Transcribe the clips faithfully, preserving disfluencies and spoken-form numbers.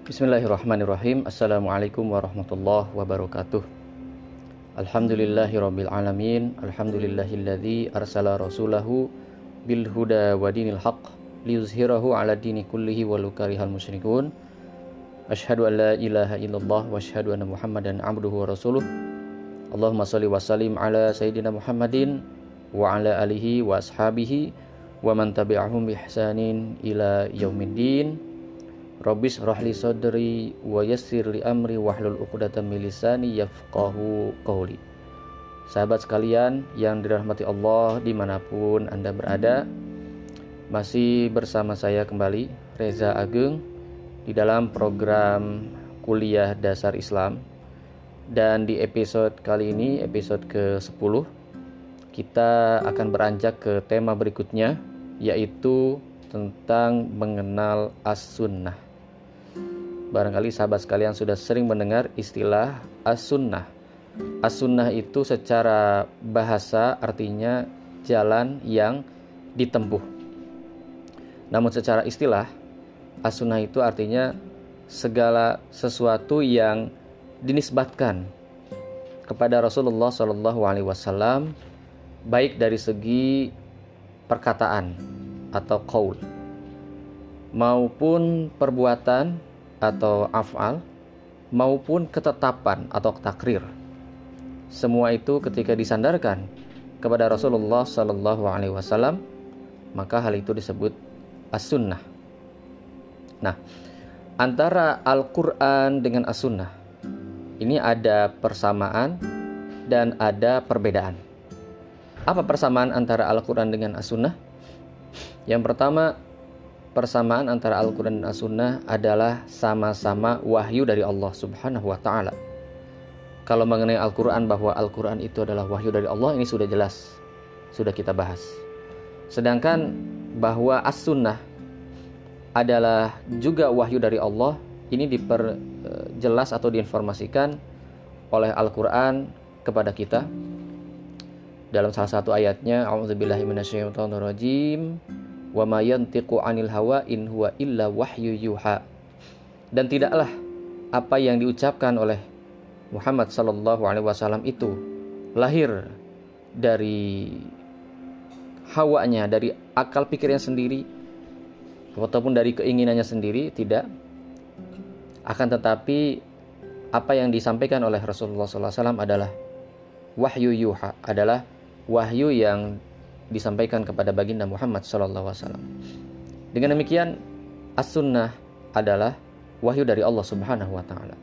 Bismillahirrahmanirrahim. Assalamualaikum warahmatullahi wabarakatuh. Alhamdulillahirabbil alamin. Alhamdulillahilladzi arsala rasulahu bil huda wa dinil haqq liyuzhirahu 'ala dini kullihi walau karihal musyrikun. Asyhadu an la ilaha illallah wa asyhadu anna Muhammadan 'abduhu wa rasuluh. Allahumma shalli wa sallim ala sayyidina Muhammadin wa ala alihi wa ashabihi wa man tabi'ahum bi ihsanin ila yaumiddin. Rabbis rahli sadri wa yassir li amri wahlul 'uqdatam min lisani yafqahu qawli. Sahabat sekalian yang dirahmati Allah dimanapun Anda berada, masih bersama saya kembali Reza Ageng di dalam program Kuliah Dasar Islam. Dan di episode kali ini, episode ke sepuluh, kita akan beranjak ke tema berikutnya, yaitu tentang mengenal as-sunnah. Barangkali sahabat sekalian sudah sering mendengar istilah as-sunnah. As-sunnah itu secara bahasa artinya jalan yang ditempuh. Namun secara istilah, as-sunnah itu artinya segala sesuatu yang dinisbatkan kepada Rasulullah shallallahu alaihi wasallam, baik dari segi perkataan atau qaul maupun perbuatan atau af'al maupun ketetapan atau takrir. Semua itu ketika disandarkan kepada Rasulullah shallallahu alaihi wasallam, maka hal itu disebut as-sunnah. Nah, antara Al-Quran dengan as-sunnah ini ada persamaan dan ada perbedaan. Apa persamaan antara Al-Quran dengan as-sunnah? Yang pertama, persamaan antara Al-Quran dan As-Sunnah adalah sama-sama wahyu dari Allah subhanahu wa ta'ala. Kalau mengenai Al-Quran, bahwa Al-Quran itu adalah wahyu dari Allah, ini sudah jelas, sudah kita bahas. Sedangkan bahwa As-Sunnah adalah juga wahyu dari Allah, ini diperjelas atau diinformasikan oleh Al-Quran kepada kita dalam salah satu ayatnya, a'udzubillahi minasyaitonirrajim, wa ma yantiqu 'anil hawa in huwa illa wahyu yuha. Dan tidaklah apa yang diucapkan oleh Muhammad sallallahu alaihi wasallam itu lahir dari hawanya, dari akal pikirnya sendiri ataupun dari keinginannya sendiri, tidak. Akan tetapi apa yang disampaikan oleh Rasulullah sallallahu alaihi wasallam adalah wahyu yuha, adalah wahyu yang disampaikan kepada baginda Muhammad shallallahu alaihi wasallam. Dengan demikian, as-sunnah adalah wahyu dari Allah subhanahu wa ta'ala.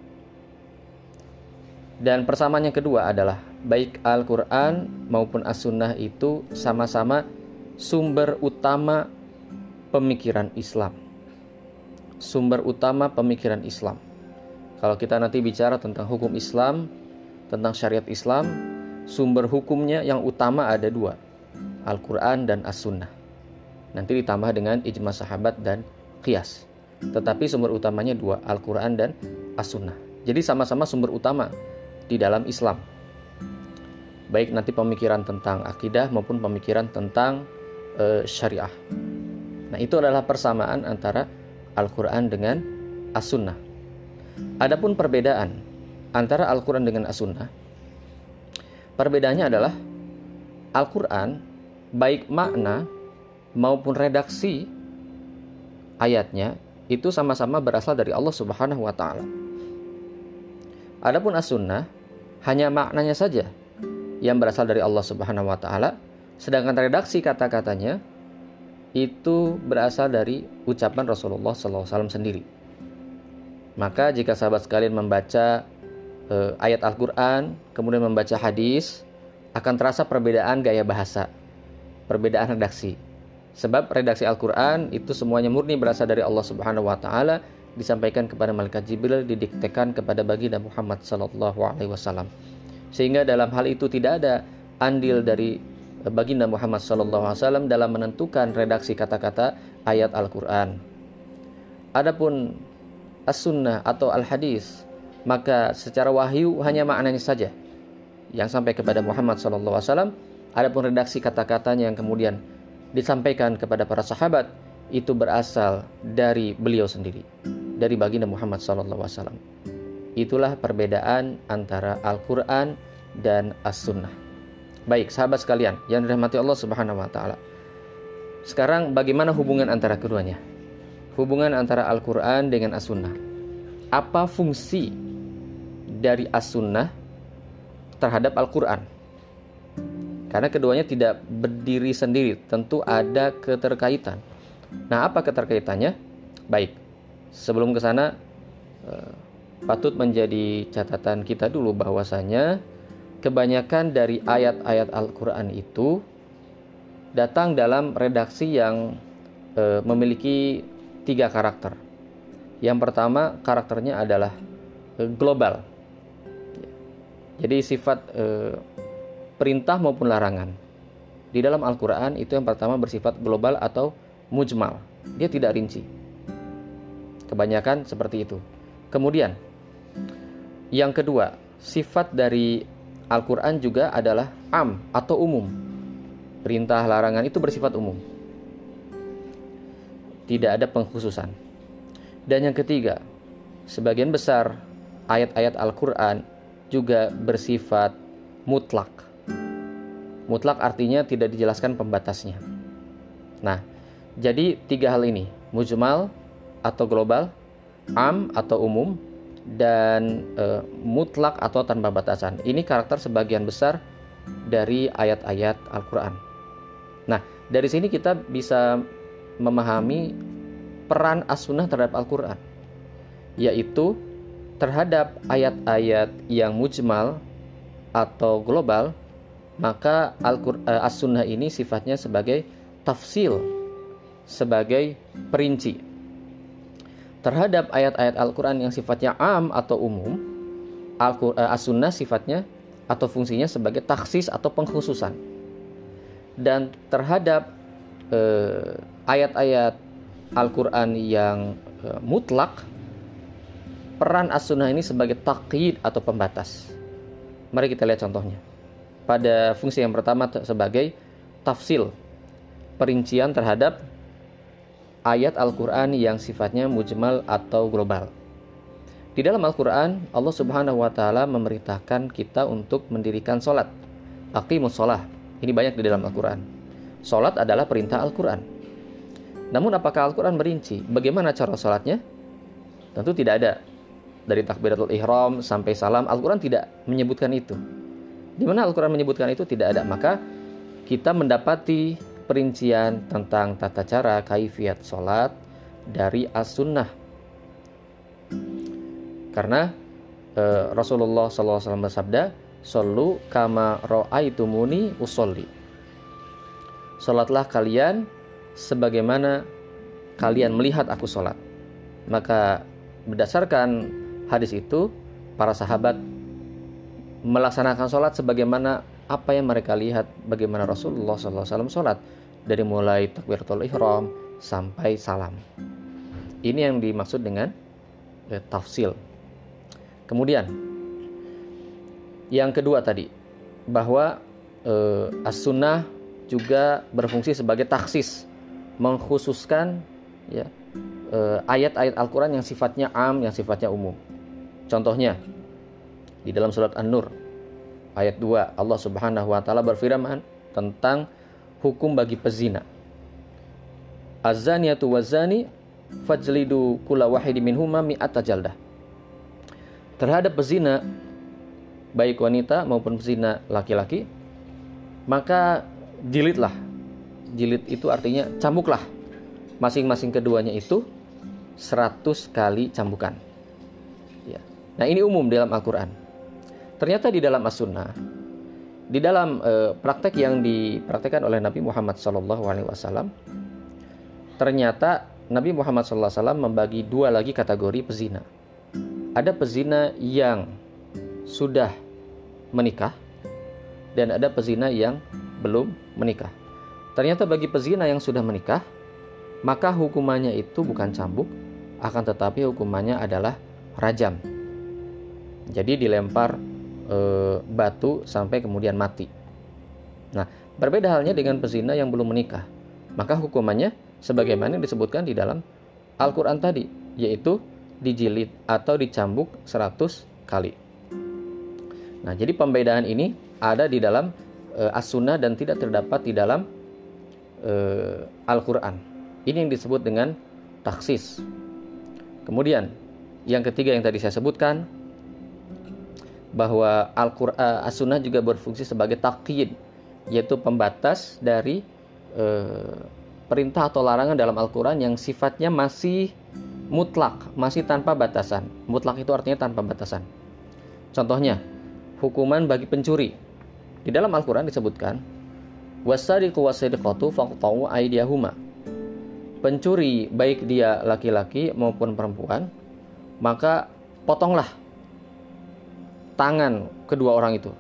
Dan persamaan yang kedua adalah baik Al-Quran maupun as-sunnah itu sama-sama sumber utama pemikiran Islam. Sumber utama pemikiran Islam. Kalau kita nanti bicara tentang hukum Islam, tentang syariat Islam, sumber hukumnya yang utama ada dua, Al-Quran dan As-Sunnah. Nanti ditambah dengan ijma sahabat dan qiyas. Tetapi sumber utamanya dua, Al-Quran dan As-Sunnah. Jadi sama-sama sumber utama di dalam Islam. Baik nanti pemikiran tentang akidah maupun pemikiran tentang e, syariah. Nah, itu adalah persamaan antara Al-Quran dengan As-Sunnah. Adapun perbedaan antara Al-Quran dengan As-Sunnah, perbedaannya adalah Al-Quran baik makna maupun redaksi ayatnya itu sama-sama berasal dari Allah subhanahu wa ta'ala. Adapun as-sunnah hanya maknanya saja yang berasal dari Allah subhanahu wa ta'ala, sedangkan redaksi kata-katanya itu berasal dari ucapan Rasulullah shallallahu alaihi wasallam sendiri. Maka jika sahabat sekalian membaca eh, ayat Al-Quran kemudian membaca hadis, akan terasa perbedaan gaya bahasa, perbedaan redaksi. Sebab redaksi Al-Quran itu semuanya murni berasal dari Allah subhanahu wa ta'ala, disampaikan kepada malaikat Jibril, didiktekan kepada baginda Muhammad sallallahu alaihi wasallam. Sehingga dalam hal itu tidak ada andil dari baginda Muhammad sallallahu alaihi wasallam dalam menentukan redaksi kata-kata ayat Al-Quran. Adapun as-sunnah atau al-hadis, maka secara wahyu hanya maknanya saja yang sampai kepada Muhammad sallallahu alaihi wasallam. Adapun redaksi kata-katanya yang kemudian disampaikan kepada para sahabat itu berasal dari beliau sendiri, dari baginda Muhammad sallallahu alaihi wasallam. Itulah perbedaan antara Al-Quran dan As-Sunnah. Baik, sahabat sekalian yang dirahmati Allah Subhanahu wa taala. Sekarang bagaimana hubungan antara keduanya? Hubungan antara Al-Quran dengan As-Sunnah. Apa fungsi dari As-Sunnah terhadap Al-Quran? Karena keduanya tidak berdiri sendiri, tentu ada keterkaitan. Nah, apa keterkaitannya? Baik, sebelum ke sana eh, patut menjadi catatan kita dulu bahwasanya kebanyakan dari ayat-ayat Al-Quran itu datang dalam redaksi yang e, memiliki tiga karakter. Yang pertama, karakternya adalah e, global. Jadi sifat e, perintah maupun larangan di dalam Al-Quran itu yang pertama bersifat global atau mujmal. Dia tidak rinci. Kebanyakan seperti itu. Kemudian yang kedua, sifat dari Al-Quran juga adalah am atau umum. Perintah larangan itu bersifat umum. Tidak ada pengkhususan. Dan yang ketiga, sebagian besar ayat-ayat Al-Quran juga bersifat mutlak. Mutlak artinya tidak dijelaskan pembatasnya. Nah, jadi tiga hal ini, mujmal atau global, am atau umum, dan e, mutlak atau tanpa batasan. Ini karakter sebagian besar dari ayat-ayat Al-Quran. Nah, dari sini kita bisa memahami peran As-Sunnah terhadap Al-Quran, yaitu terhadap ayat-ayat yang mujmal atau global, maka As-Sunnah ini sifatnya sebagai tafsil, sebagai perinci. Terhadap ayat-ayat Al-Quran yang sifatnya am atau umum, As-Sunnah sifatnya atau fungsinya sebagai taksis atau pengkhususan. Dan terhadap eh, ayat-ayat Al-Quran yang eh, mutlak, peran As-Sunnah ini sebagai taqyid atau pembatas. Mari kita lihat contohnya. Pada fungsi yang pertama sebagai tafsil, perincian terhadap ayat Al-Quran yang sifatnya mujmal atau global. Di dalam Al-Quran, Allah Subhanahu wa taala memerintahkan kita untuk mendirikan sholat. Aqimus sholah. Ini banyak di dalam Al-Quran. Sholat adalah perintah Al-Quran. Namun apakah Al-Quran merinci bagaimana cara sholatnya? Tentu tidak ada. Dari takbiratul ihram sampai salam, Al-Quran tidak menyebutkan itu. Di mana Al-Quran menyebutkan itu tidak ada. Maka kita mendapati perincian tentang tata cara kaifiyat sholat dari As-Sunnah. Karena e, Rasulullah shallallahu alaihi wasallam bersabda, "Shollu kama ra'aitumuni usolli." Sholatlah kalian sebagaimana kalian melihat aku sholat. Maka berdasarkan hadis itu, para sahabat melaksanakan sholat sebagaimana apa yang mereka lihat bagaimana Rasulullah shallallahu alaihi wasallam sholat, dari mulai takbiratul ihram sampai salam. Ini yang dimaksud dengan eh, tafsil. Kemudian yang kedua tadi, bahwa eh, As-Sunnah juga berfungsi sebagai taksis, mengkhususkan ya, eh, ayat-ayat Al-Quran yang sifatnya am, yang sifatnya umum. Contohnya di dalam surat An-Nur ayat dua, Allah Subhanahu wa taala berfirman tentang hukum bagi pezina. Az-zaniyatu waz-zani fajlidu kulla wahidin minhuma mi'ata jaldah. Terhadap pezina, baik wanita maupun pezina laki-laki, maka jilidlah. Jilid itu artinya cambuklah. Masing-masing keduanya itu seratus kali cambukan. Ya. Nah, ini umum dalam Al-Quran. Ternyata di dalam As-Sunnah, di dalam e, praktek yang dipraktekkan oleh Nabi Muhammad shallallahu alaihi wasallam, ternyata Nabi Muhammad shallallahu alaihi wasallam membagi dua lagi kategori pezina. Ada pezina yang sudah menikah dan ada pezina yang belum menikah. Ternyata bagi pezina yang sudah menikah, maka hukumannya itu bukan cambuk, akan tetapi hukumannya adalah rajam. Jadi dilempar e, batu sampai kemudian mati. Nah, berbeda halnya dengan pezina yang belum menikah. Maka hukumannya sebagaimana yang disebutkan di dalam Al-Quran tadi, yaitu dijilid atau dicambuk seratus kali. Nah, jadi pembedaan ini ada di dalam e, as-sunnah dan tidak terdapat di dalam e, Al-Quran. Ini yang disebut dengan taksis. Kemudian yang ketiga yang tadi saya sebutkan, bahwa Al-Quran, as-sunnah juga berfungsi sebagai taqyid, yaitu pembatas dari e, perintah atau larangan dalam Al-Quran yang sifatnya masih mutlak, masih tanpa batasan. Mutlak itu artinya tanpa batasan. Contohnya, hukuman bagi pencuri. Di dalam Al-Quran disebutkan, wasariqu wasariqatu faqta'u aydiyahuma. Pencuri, baik dia laki-laki maupun perempuan, maka potonglah tangan kedua orang itu.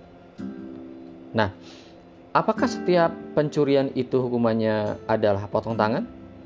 Nah, apakah setiap pencurian itu hukumannya adalah potong tangan?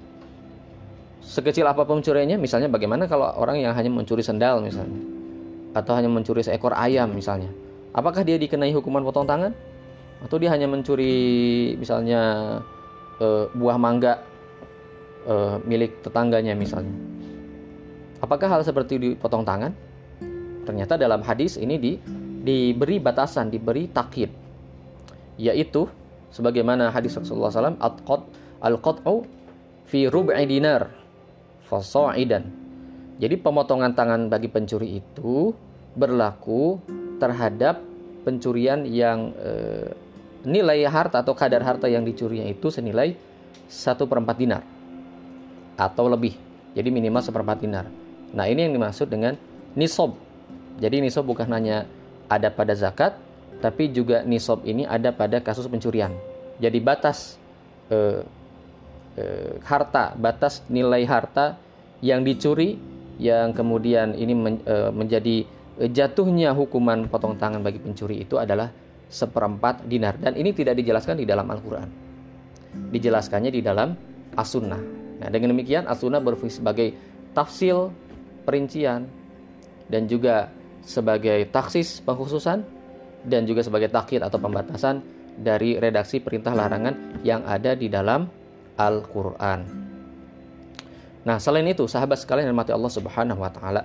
Sekecil apapun pencuriannya, misalnya bagaimana kalau orang yang hanya mencuri sendal misalnya, atau hanya mencuri seekor ayam misalnya, apakah dia dikenai hukuman potong tangan? Atau dia hanya mencuri misalnya e, buah mangga e, milik tetangganya misalnya, apakah hal seperti dipotong tangan? Ternyata dalam hadis ini di, diberi batasan, diberi takyid, yaitu sebagaimana hadis Rasulullah shallallahu alaihi wasallam, al-qat'u fi rub'i dinar fasa'idan. Jadi pemotongan tangan bagi pencuri itu berlaku terhadap pencurian yang e, nilai harta atau kadar harta yang dicurinya itu senilai satu per empat dinar atau lebih. Jadi minimal seperempat dinar. Nah, ini yang dimaksud dengan nisab. Jadi nisab bukan hanya ada pada zakat, tapi juga nisab ini ada pada kasus pencurian. Jadi batas e, e, harta, batas nilai harta yang dicuri, yang kemudian ini men, e, menjadi e, jatuhnya hukuman potong tangan bagi pencuri itu adalah seperempat dinar. Dan ini tidak dijelaskan di dalam Al-Quran, dijelaskannya di dalam as-sunnah. Nah, dengan demikian as-sunnah berfungsi sebagai tafsil, perincian, dan juga sebagai taksis, pengkhususan, dan juga sebagai takyid atau pembatasan dari redaksi perintah larangan yang ada di dalam Al-Quran. Nah, selain itu, sahabat sekalian yang dirahmati Allah Subhanahu wa taala,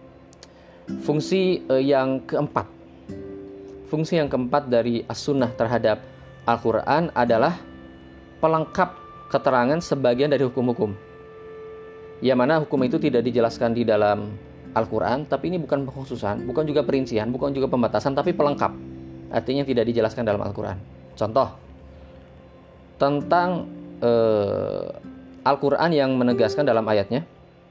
fungsi eh, yang keempat, fungsi yang keempat dari as-sunnah terhadap Al-Quran adalah pelengkap keterangan sebagian dari hukum-hukum. Yang mana hukum itu tidak dijelaskan di dalam Al-Quran, tapi ini bukan pengkhususan, bukan juga perincian, bukan juga pembatasan, tapi pelengkap. Artinya tidak dijelaskan dalam Al-Quran. Contoh, tentang eh, Al-Quran yang menegaskan dalam ayatnya,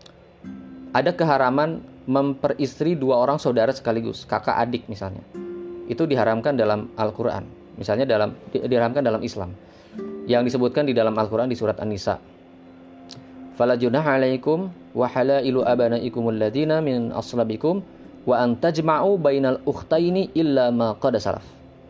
ada keharaman memperistri dua orang saudara sekaligus, kakak adik misalnya. Itu diharamkan dalam Al-Quran. Misalnya dalam di, diharamkan dalam Islam. Yang disebutkan di dalam Al-Quran di surat An-Nisa. Fala junaha 'alaikum wa halailu abanaikumul ladzina min aslabikum wa an tajma'u bainal ukhtaini illa ma qad salaf.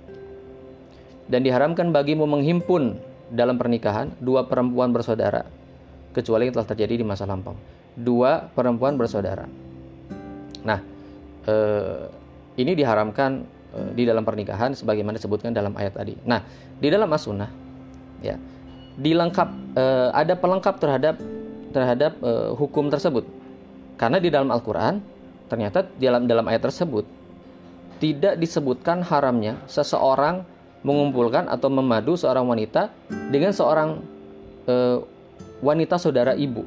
Dan diharamkan bagimu menghimpun dalam pernikahan dua perempuan bersaudara kecuali yang telah terjadi di masa lampau. Dua perempuan bersaudara. Nah, eh, ini diharamkan eh, di dalam pernikahan sebagaimana disebutkan dalam ayat tadi. Nah, di dalam as-sunnah ya, dilengkap eh, ada pelengkap terhadap terhadap uh, hukum tersebut. Karena di dalam Al-Quran ternyata dalam dalam ayat tersebut tidak disebutkan haramnya seseorang mengumpulkan atau memadu seorang wanita dengan seorang uh, wanita saudara ibu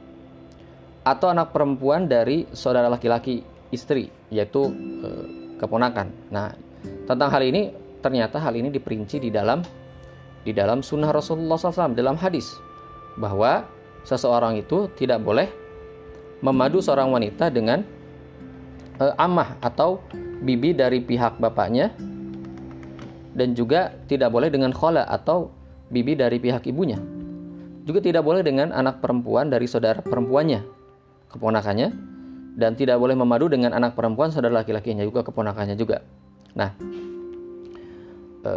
atau anak perempuan dari saudara laki-laki istri, yaitu uh, keponakan. Nah, tentang hal ini ternyata hal ini diperinci di dalam di dalam sunnah Rasulullah shallallahu alaihi wasallam, dalam hadis, bahwa seseorang itu tidak boleh memadu seorang wanita dengan e, amah atau bibi dari pihak bapaknya, dan juga tidak boleh dengan khala atau bibi dari pihak ibunya. Juga tidak boleh dengan anak perempuan dari saudara perempuannya, keponakannya, dan tidak boleh memadu dengan anak perempuan saudara laki-lakinya juga, keponakannya juga. Nah, e,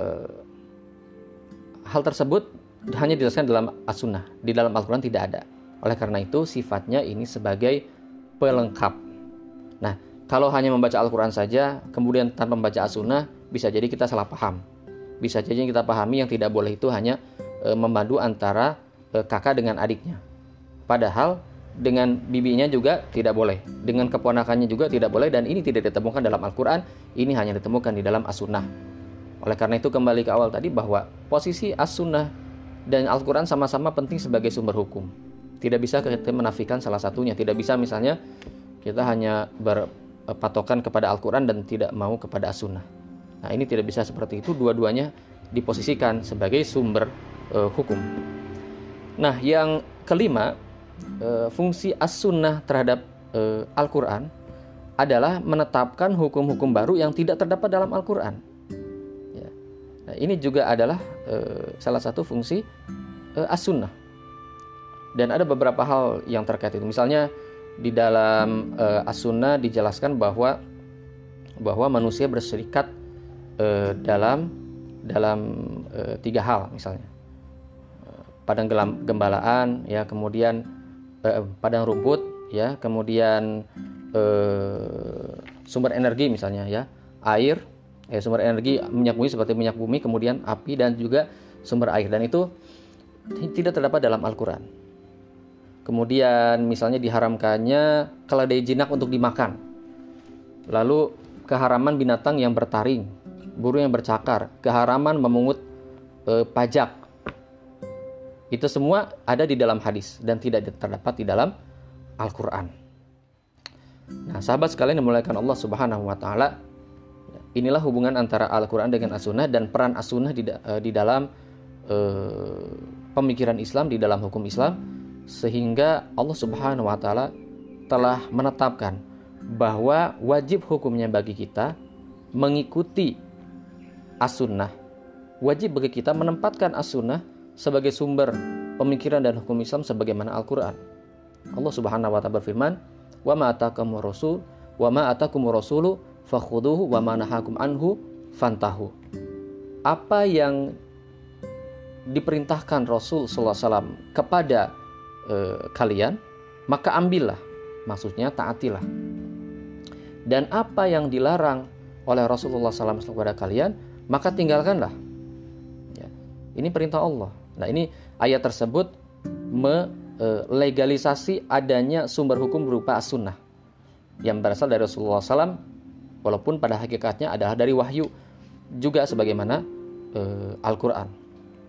hal tersebut hanya dijelaskan dalam as-sunnah, di dalam Al-Quran tidak ada. Oleh karena itu sifatnya ini sebagai pelengkap. Nah, kalau hanya membaca Al-Quran saja kemudian tanpa membaca as-sunnah, bisa jadi kita salah paham. Bisa jadi kita pahami yang tidak boleh itu hanya e, memadu antara e, kakak dengan adiknya. Padahal dengan bibinya juga tidak boleh, dengan keponakannya juga tidak boleh, dan ini tidak ditemukan dalam Al-Quran, ini hanya ditemukan di dalam As-Sunnah. Oleh karena itu kembali ke awal tadi bahwa posisi As-Sunnah dan Al-Quran sama-sama penting sebagai sumber hukum. Tidak bisa kita menafikan salah satunya. Tidak bisa misalnya kita hanya berpatokan kepada Al-Quran dan tidak mau kepada As-Sunnah. Nah, ini tidak bisa seperti itu. Dua-duanya diposisikan sebagai sumber uh, hukum. Nah, yang kelima, uh, fungsi As-Sunnah terhadap uh, Al-Quran adalah menetapkan hukum-hukum baru yang tidak terdapat dalam Al-Quran. Ya. Nah, ini juga adalah uh, salah satu fungsi uh, As-Sunnah. Dan ada beberapa hal yang terkait itu. Misalnya di dalam uh, As-Sunnah dijelaskan bahwa bahwa manusia berserikat uh, dalam dalam uh, tiga hal, misalnya uh, padang gembalaan, ya, kemudian uh, padang rumput, ya, kemudian uh, sumber energi, misalnya, ya, air, ya, sumber energi minyak bumi seperti minyak bumi, kemudian api, dan juga sumber air, dan itu tidak terdapat dalam Al-Quran. Kemudian misalnya diharamkannya keledai jinak untuk dimakan. Lalu keharaman binatang yang bertaring, burung yang bercakar, keharaman memungut e, pajak. Itu semua ada di dalam hadis dan tidak terdapat di dalam Al-Quran. Nah, sahabat sekalian yang dimuliakan Allah Subhanahu wa taala, inilah hubungan antara Al-Quran dengan As-Sunnah dan peran As-Sunnah di, di dalam e, pemikiran Islam, di dalam hukum Islam, sehingga Allah Subhanahu wa taala telah menetapkan bahwa wajib hukumnya bagi kita mengikuti As-Sunnah. Wajib bagi kita menempatkan As-Sunnah sebagai sumber pemikiran dan hukum Islam sebagaimana Al-Quran. Allah Subhanahu wa taala berfirman, "Wa ma atakumur rasul wa ma atakumur rasulu fakhuduhu wa ma nahakum anhu fantahu." Apa yang diperintahkan Rasul sallallahu alaihi wasallam kepada eh, kalian, maka ambillah, maksudnya taatilah. Dan apa yang dilarang oleh Rasulullah sallallahu alaihi wasallam kepada kalian, maka tinggalkanlah. Ya. Ini perintah Allah. Nah, ini ayat tersebut melegalisasi adanya sumber hukum berupa As-Sunnah yang berasal dari Rasulullah sallallahu alaihi wasallam, walaupun pada hakikatnya adalah dari wahyu juga sebagaimana eh, Al-Quran.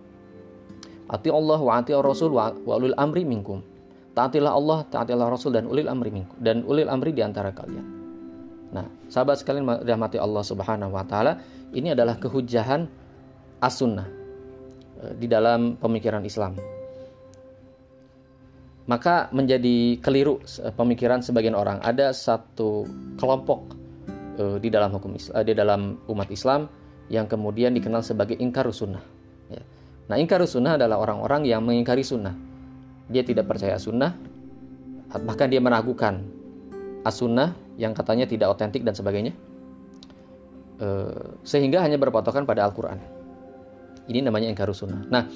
Ati Allah wa ati Rasul wa, wa ulil amri minkum. Taatilah Allah, taatilah Rasul dan ulil amri minkum, dan ulil amri di antara kalian. Nah, sahabat sekalian dirahmati Allah Subhanahu wa taala, ini adalah kehujahan As-Sunnah di dalam pemikiran Islam. Maka menjadi keliru pemikiran sebagian orang. Ada satu kelompok di dalam hukum Islam, di dalam umat Islam yang kemudian dikenal sebagai ingkarus sunnah. Ya. Nah, ingkarus sunnah adalah orang-orang yang mengingkari sunnah. Dia tidak percaya sunnah, bahkan dia meragukan as-sunnah yang katanya tidak otentik dan sebagainya, e, sehingga hanya berpatokan pada Al-Quran. Ini namanya ingkarus sunnah. Nah,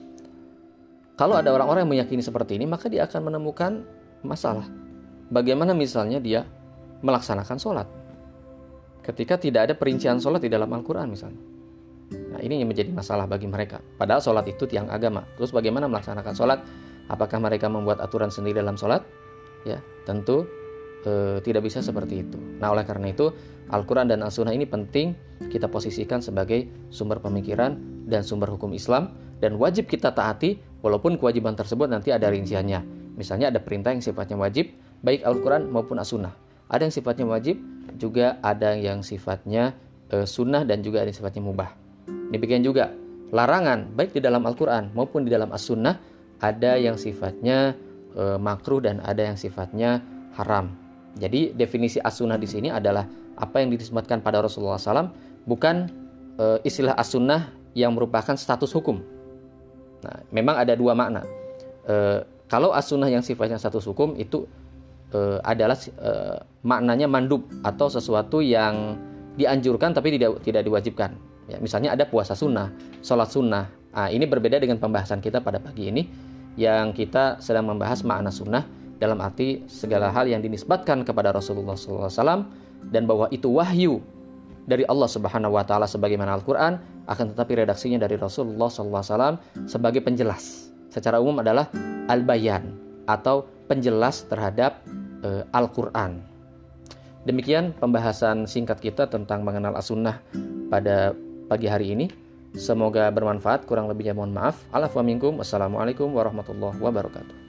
kalau ada orang-orang yang meyakini seperti ini, maka dia akan menemukan masalah. Bagaimana misalnya dia melaksanakan sholat ketika tidak ada perincian sholat di dalam Al-Quran misalnya. Nah, ini yang menjadi masalah bagi mereka. Padahal sholat itu tiang agama. Terus bagaimana melaksanakan sholat? Apakah mereka membuat aturan sendiri dalam sholat? Ya, tentu e, tidak bisa seperti itu. Nah, oleh karena itu Al-Quran dan As-Sunnah ini penting kita posisikan sebagai sumber pemikiran dan sumber hukum Islam, dan wajib kita taati walaupun kewajiban tersebut nanti ada rinciannya. Misalnya ada perintah yang sifatnya wajib, baik Al-Quran maupun As-Sunnah. Ada yang sifatnya wajib, juga ada yang sifatnya e, sunnah, dan juga ada yang sifatnya mubah. Demikian juga larangan baik di dalam Al-Quran maupun di dalam As-Sunnah, ada yang sifatnya e, makruh dan ada yang sifatnya haram. Jadi definisi As-Sunnah di sini adalah apa yang disebutkan pada Rasulullah shallallahu alaihi wasallam, bukan e, istilah As-Sunnah yang merupakan status hukum. Nah, memang ada dua makna. E, kalau As-Sunnah yang sifatnya status hukum itu e, adalah e, maknanya mandub atau sesuatu yang dianjurkan tapi tidak tidak diwajibkan. Ya, misalnya ada puasa sunnah, sholat sunnah. Nah, ini berbeda dengan pembahasan kita pada pagi ini, yang kita sedang membahas makna sunnah dalam arti segala hal yang dinisbatkan kepada Rasulullah shallallahu alaihi wasallam dan bahwa itu wahyu dari Allah Subhanahu wa taala sebagaimana Al-Qur'an, akan tetapi redaksinya dari Rasulullah shallallahu alaihi wasallam sebagai penjelas. Secara umum adalah al-bayan atau penjelas terhadap uh, Al-Quran. Demikian pembahasan singkat kita tentang mengenal as-sunnah pada pagi hari ini. Semoga bermanfaat, kurang lebihnya mohon maaf. Alafu minkum. Wassalamualaikum warahmatullahi wabarakatuh.